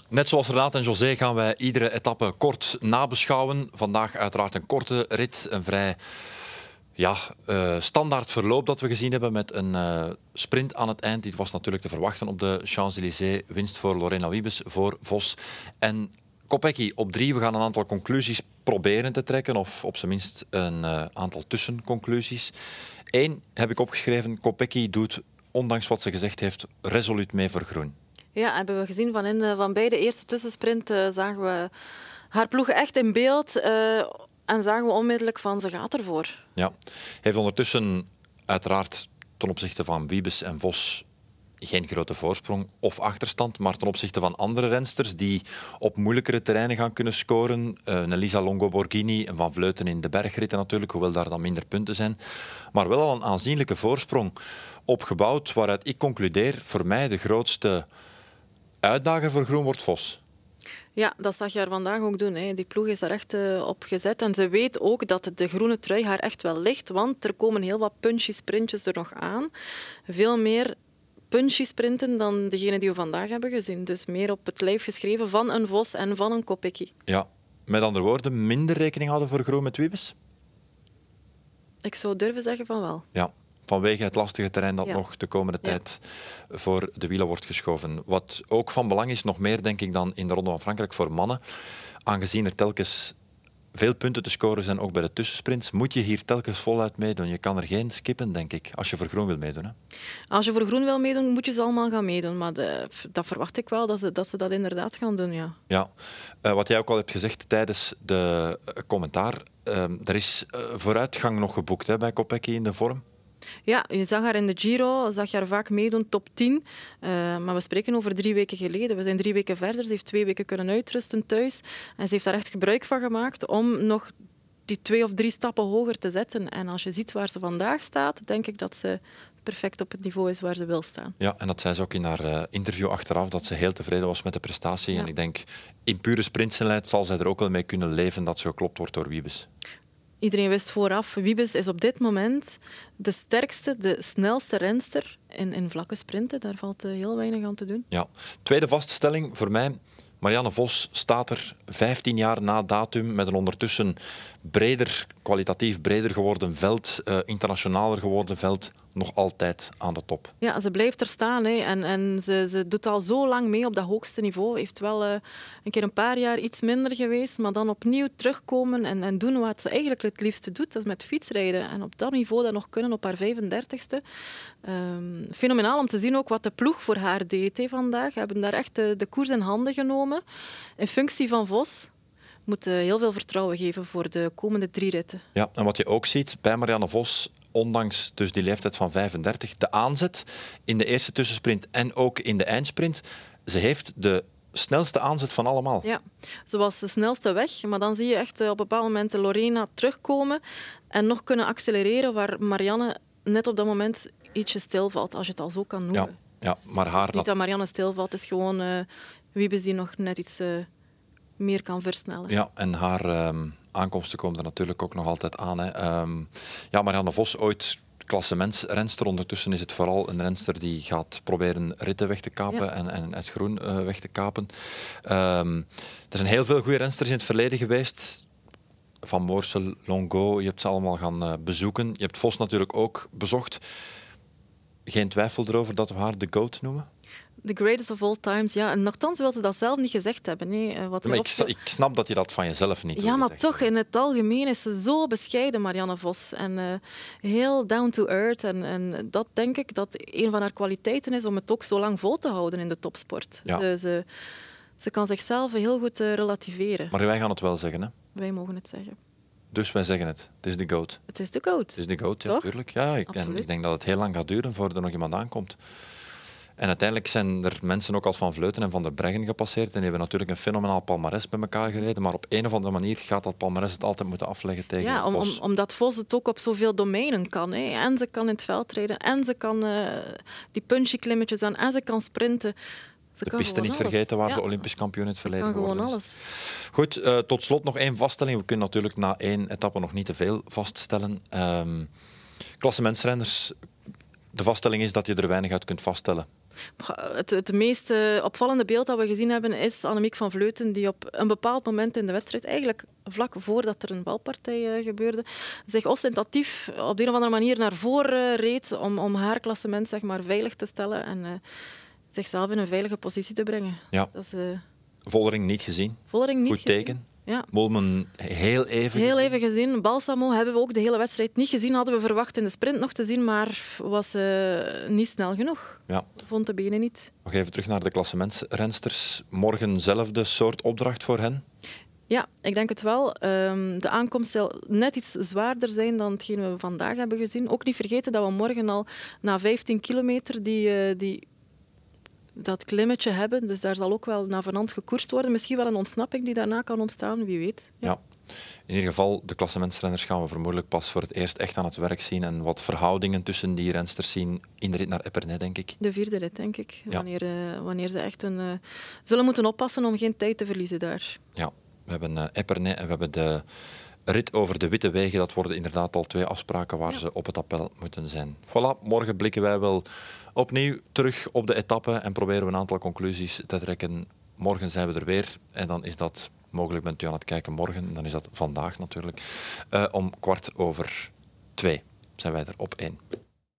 Net zoals Renate en José gaan wij iedere etappe kort nabeschouwen. Vandaag uiteraard een korte rit, een vrij standaard verloop dat we gezien hebben met een sprint aan het eind. Dit was natuurlijk te verwachten op de Champs-Élysées. Winst voor Lorena Wiebes, voor Vos en Kopecky op 3. We gaan een aantal conclusies proberen te trekken, of op zijn minst een aantal tussenconclusies. 1 heb ik opgeschreven. Kopecky doet, ondanks wat ze gezegd heeft, resoluut mee voor groen. Ja, hebben we gezien van bij de eerste tussensprint zagen we haar ploeg echt in beeld en zagen we onmiddellijk van ze gaat ervoor. Ja, heeft ondertussen uiteraard ten opzichte van Wiebes en Vos geen grote voorsprong of achterstand, maar ten opzichte van andere rensters die op moeilijkere terreinen gaan kunnen scoren. Elisa Longo-Borghini en Van Vleuten in de bergritten natuurlijk, hoewel daar dan minder punten zijn. Maar wel al een aanzienlijke voorsprong opgebouwd, waaruit ik concludeer, voor mij de grootste uitdager voor groen wordt Vos. Ja, dat zag je haar vandaag ook doen. Hè. Die ploeg is daar echt op gezet. En ze weet ook dat de groene trui haar echt wel ligt, want er komen heel wat punchy sprintjes er nog aan. Veel meer punchy sprinten dan degene die we vandaag hebben gezien. Dus meer op het lijf geschreven van een Vos en van een Kopecky. Ja, met andere woorden, minder rekening houden voor groen met Wiebes? Ik zou durven zeggen van wel. Ja. Vanwege het lastige terrein dat nog de komende tijd voor de wielen wordt geschoven. Wat ook van belang is, nog meer denk ik dan in de Ronde van Frankrijk voor mannen, aangezien er telkens veel punten te scoren zijn, ook bij de tussensprints, moet je hier telkens voluit meedoen. Je kan er geen skippen, denk ik, als je voor groen wil meedoen. Hè? Als je voor groen wil meedoen, moet je ze allemaal gaan meedoen. Maar dat verwacht ik wel, dat ze dat inderdaad gaan doen, ja. Wat jij ook al hebt gezegd tijdens de commentaar, er is vooruitgang nog geboekt bij Kopecky in de vorm. Ja, je zag haar in de Giro, zag je haar vaak meedoen, top 10. Maar we spreken over 3 weken geleden. We zijn 3 weken verder. Ze heeft 2 weken kunnen uitrusten thuis. En ze heeft daar echt gebruik van gemaakt om nog die 2 of 3 stappen hoger te zetten. En als je ziet waar ze vandaag staat, denk ik dat ze perfect op het niveau is waar ze wil staan. Ja, en dat zei ze ook in haar interview achteraf, dat ze heel tevreden was met de prestatie. Ja. En ik denk, in pure sprintsnelheid zal zij er ook wel mee kunnen leven dat ze geklopt wordt door Wiebes. Iedereen wist vooraf, Wiebes is op dit moment de sterkste, de snelste renster in vlakke sprinten. Daar valt heel weinig aan te doen. Ja. Tweede vaststelling voor mij. Marianne Vos staat er 15 jaar na datum met een ondertussen kwalitatief breder geworden veld, internationaler geworden veld, nog altijd aan de top. Ja, ze blijft er staan. Hè. En ze doet al zo lang mee op dat hoogste niveau. Heeft wel een keer een paar jaar iets minder geweest, maar dan opnieuw terugkomen en doen wat ze eigenlijk het liefste doet. Dat is met fietsrijden. En op dat niveau dat nog kunnen op haar 35ste. Fenomenaal om te zien ook wat de ploeg voor haar deed vandaag. Ze hebben daar echt de koers in handen genomen. In functie van Vos moet heel veel vertrouwen geven voor de komende 3 ritten. Ja, en wat je ook ziet bij Marianne Vos, ondanks dus die leeftijd van 35, de aanzet in de eerste tussensprint en ook in de eindsprint, ze heeft de snelste aanzet van allemaal. Ja, ze was de snelste weg, maar dan zie je echt op bepaalde momenten Lorena terugkomen en nog kunnen accelereren, waar Marianne net op dat moment ietsje stilvalt, als je het al zo kan noemen. Ja, maar haar... Het is niet dat Marianne stilvalt, het is gewoon Wiebes die nog net iets meer kan versnellen. Ja, en haar aankomsten komen er natuurlijk ook nog altijd aan. Hè. Marianne Vos, ooit klassementsrenster. Ondertussen is het vooral een renster die gaat proberen ritten weg te kapen en het groen weg te kapen. Er zijn heel veel goede rensters in het verleden geweest. Van Moorsel, Longo, je hebt ze allemaal gaan bezoeken. Je hebt Vos natuurlijk ook bezocht. Geen twijfel erover dat we haar de GOAT noemen? The greatest of all times, ja. En nochtans wil ze dat zelf niet gezegd hebben. Nee. Ik snap dat je dat van jezelf niet Ja, maar toch, hebt. in het algemeen is ze zo bescheiden, Marianne Vos. En heel down to earth. En dat denk ik dat een van haar kwaliteiten is om het ook zo lang vol te houden in de topsport. Ja. Ze kan zichzelf heel goed relativeren. Maar wij gaan het wel zeggen, hè? Wij mogen het zeggen. Dus wij zeggen het. Het is de GOAT. Het is de GOAT. Het is de GOAT, ja, toch? tuurlijk. Ja, ik denk dat het heel lang gaat duren voordat er nog iemand aankomt. En uiteindelijk zijn er mensen ook als Van Vleuten en Van der Breggen gepasseerd. En die hebben natuurlijk een fenomenaal palmares bij elkaar gereden. Maar op een of andere manier gaat dat palmares het altijd moeten afleggen tegen Vos. Omdat Vos het ook op zoveel domeinen kan. Hè. En ze kan in het veld rijden. En ze kan die punchy klimmetjes aan. En ze kan sprinten. De piste niet vergeten waar ze Olympisch kampioen in het verleden geworden is. Alles. Goed, tot slot nog 1 vaststelling. We kunnen natuurlijk na 1 etappe nog niet te veel vaststellen. Klassementsrenners de vaststelling is dat je er weinig uit kunt vaststellen. Het meest opvallende beeld dat we gezien hebben is Annemiek van Vleuten, die op een bepaald moment in de wedstrijd, eigenlijk vlak voordat er een valpartij gebeurde, zich ostentatief op de een of andere manier naar voren reed om haar klassement zeg maar, veilig te stellen en zichzelf in een veilige positie te brengen. Ja. Dat is, Vollering niet gezien. Vollering niet Goed gezien. teken. Ja. Moolman heel even Heel gezien. even gezien. Balsamo hebben we ook de hele wedstrijd niet gezien. Hadden we verwacht in de sprint nog te zien, maar was niet snel genoeg. Ja. Vond de benen niet. Nog even terug naar de klassementsrensters. Morgen zelfde soort opdracht voor hen? Ja, ik denk het wel. De aankomst zal net iets zwaarder zijn dan hetgeen we vandaag hebben gezien. Ook niet vergeten dat we morgen al na 15 kilometer dat klimmetje hebben. Dus daar zal ook wel navenant gekoerst worden. Misschien wel een ontsnapping die daarna kan ontstaan, wie weet. Ja. In ieder geval, de klassementsrenners gaan we vermoedelijk pas voor het eerst echt aan het werk zien en wat verhoudingen tussen die rensters zien in de rit naar Epernay, denk ik. De vierde rit, denk ik. Ja. Wanneer ze echt zullen moeten oppassen om geen tijd te verliezen daar. Ja, we hebben Epernay en we hebben de rit over de witte wegen. Dat worden inderdaad al 2 afspraken waar ze op het appel moeten zijn. Voilà, morgen blikken wij wel opnieuw terug op de etappe en proberen we een aantal conclusies te trekken. Morgen zijn we er weer en dan is dat, mogelijk bent u aan het kijken morgen, dan is dat vandaag natuurlijk, om 14:15 zijn wij er op 1.